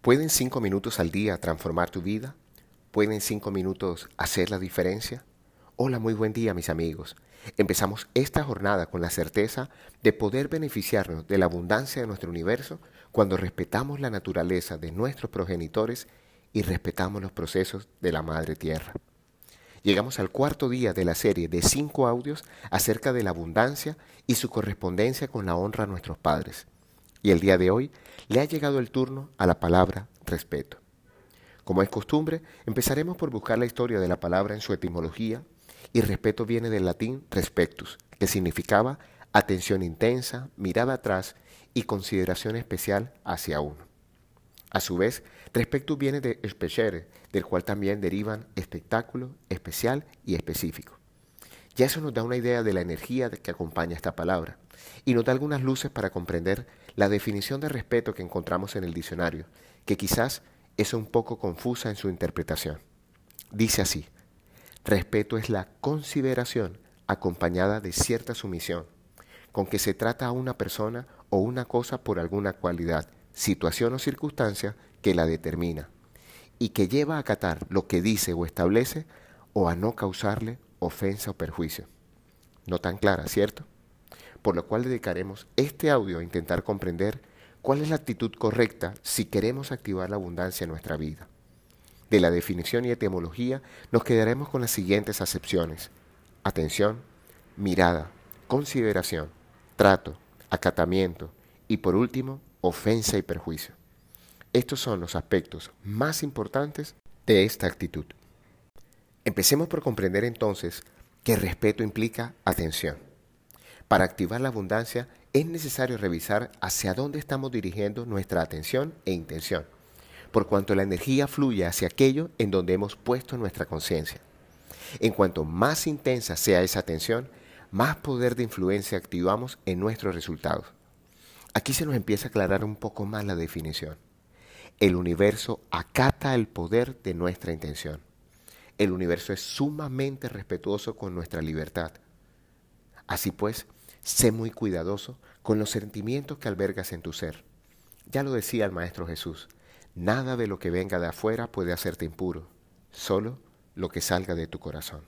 ¿Pueden 5 minutos al día transformar tu vida? ¿Pueden 5 minutos hacer la diferencia? Hola, muy buen día mis amigos. Empezamos esta jornada con la certeza de poder beneficiarnos de la abundancia de nuestro universo cuando respetamos la naturaleza de nuestros progenitores y respetamos los procesos de la Madre Tierra. Llegamos al cuarto día de la serie de 5 audios acerca de la abundancia y su correspondencia con la honra a nuestros padres. Y el día de hoy le ha llegado el turno a la palabra respeto. Como es costumbre, empezaremos por buscar la historia de la palabra en su etimología, y respeto viene del latín respectus, que significaba atención intensa, mirada atrás y consideración especial hacia uno. A su vez, respectus viene de speciere, del cual también derivan espectáculo, especial y específico. Ya eso nos da una idea de la energía que acompaña esta palabra y nos da algunas luces para comprender la definición de respeto que encontramos en el diccionario, que quizás es un poco confusa en su interpretación. Dice así: respeto es la consideración acompañada de cierta sumisión, con que se trata a una persona o una cosa por alguna cualidad, situación o circunstancia que la determina, y que lleva a acatar lo que dice o establece o a no causarle ofensa o perjuicio. No tan clara, ¿cierto? Por lo cual dedicaremos este audio a intentar comprender cuál es la actitud correcta si queremos activar la abundancia en nuestra vida. De la definición y etimología nos quedaremos con las siguientes acepciones: atención, mirada, consideración, trato, acatamiento y por último, ofensa y perjuicio. Estos son los aspectos más importantes de esta actitud. Empecemos por comprender entonces que respeto implica atención. Para activar la abundancia es necesario revisar hacia dónde estamos dirigiendo nuestra atención e intención, por cuanto la energía fluye hacia aquello en donde hemos puesto nuestra conciencia. En cuanto más intensa sea esa atención, más poder de influencia activamos en nuestros resultados. Aquí se nos empieza a aclarar un poco más la definición. El universo acata el poder de nuestra intención. El universo es sumamente respetuoso con nuestra libertad. Así pues, sé muy cuidadoso con los sentimientos que albergas en tu ser. Ya lo decía el Maestro Jesús: nada de lo que venga de afuera puede hacerte impuro, solo lo que salga de tu corazón.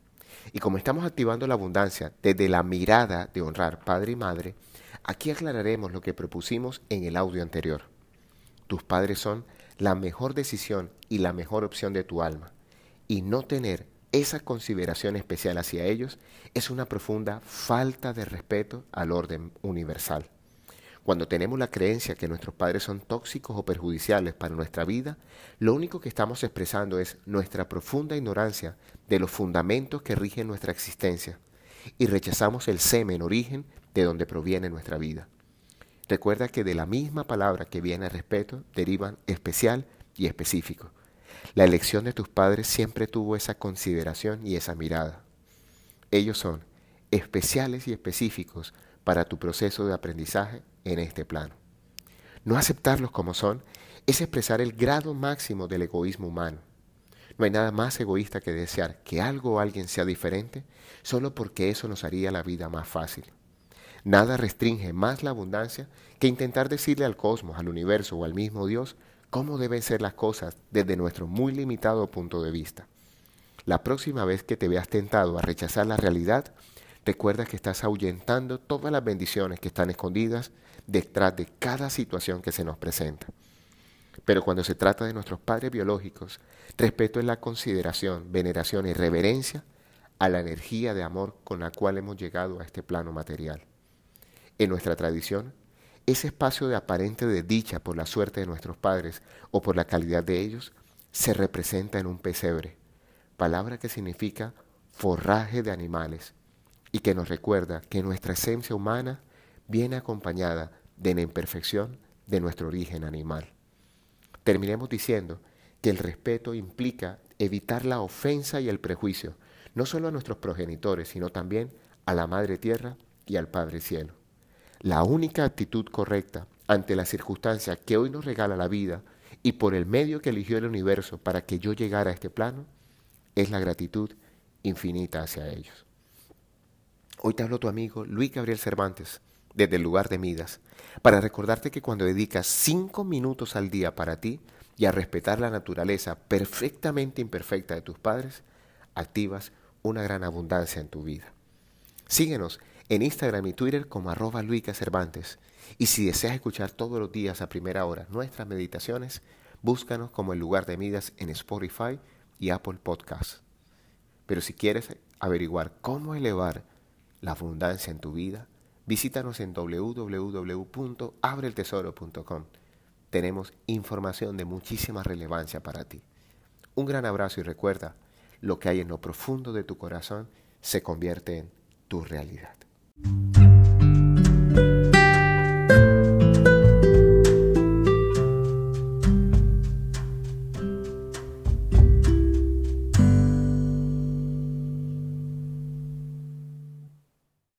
Y como estamos activando la abundancia desde la mirada de honrar padre y madre, aquí aclararemos lo que propusimos en el audio anterior. Tus padres son la mejor decisión y la mejor opción de tu alma, y no tener esa consideración especial hacia ellos es una profunda falta de respeto al orden universal. Cuando tenemos la creencia que nuestros padres son tóxicos o perjudiciales para nuestra vida, lo único que estamos expresando es nuestra profunda ignorancia de los fundamentos que rigen nuestra existencia y rechazamos el semen origen de donde proviene nuestra vida. Recuerda que de la misma palabra que viene respeto derivan especial y específico. La elección de tus padres siempre tuvo esa consideración y esa mirada. Ellos son especiales y específicos para tu proceso de aprendizaje en este plano. No aceptarlos como son es expresar el grado máximo del egoísmo humano. No hay nada más egoísta que desear que algo o alguien sea diferente solo porque eso nos haría la vida más fácil. Nada restringe más la abundancia que intentar decirle al cosmos, al universo o al mismo Dios cómo deben ser las cosas desde nuestro muy limitado punto de vista. La próxima vez que te veas tentado a rechazar la realidad, recuerda que estás ahuyentando todas las bendiciones que están escondidas detrás de cada situación que se nos presenta. Pero cuando se trata de nuestros padres biológicos, respeto es la consideración, veneración y reverencia a la energía de amor con la cual hemos llegado a este plano material. En nuestra tradición, ese espacio de aparente desdicha por la suerte de nuestros padres o por la calidad de ellos se representa en un pesebre, palabra que significa forraje de animales y que nos recuerda que nuestra esencia humana viene acompañada de la imperfección de nuestro origen animal. Terminemos diciendo que el respeto implica evitar la ofensa y el prejuicio, no solo a nuestros progenitores, sino también a la Madre Tierra y al Padre Cielo. La única actitud correcta ante la circunstancia que hoy nos regala la vida y por el medio que eligió el universo para que yo llegara a este plano es la gratitud infinita hacia ellos. Hoy te hablo tu amigo Luis Gabriel Cervantes, desde el lugar de Midas, para recordarte que cuando dedicas 5 minutos al día para ti y a respetar la naturaleza perfectamente imperfecta de tus padres, activas una gran abundancia en tu vida. Síguenos en Instagram y Twitter como @luicacervantes. Y si deseas escuchar todos los días a primera hora nuestras meditaciones, búscanos como El Lugar de Midas en Spotify y Apple Podcasts. Pero si quieres averiguar cómo elevar la abundancia en tu vida, visítanos en www.abreeltesoro.com. Tenemos información de muchísima relevancia para ti. Un gran abrazo y recuerda, lo que hay en lo profundo de tu corazón se convierte en tu realidad.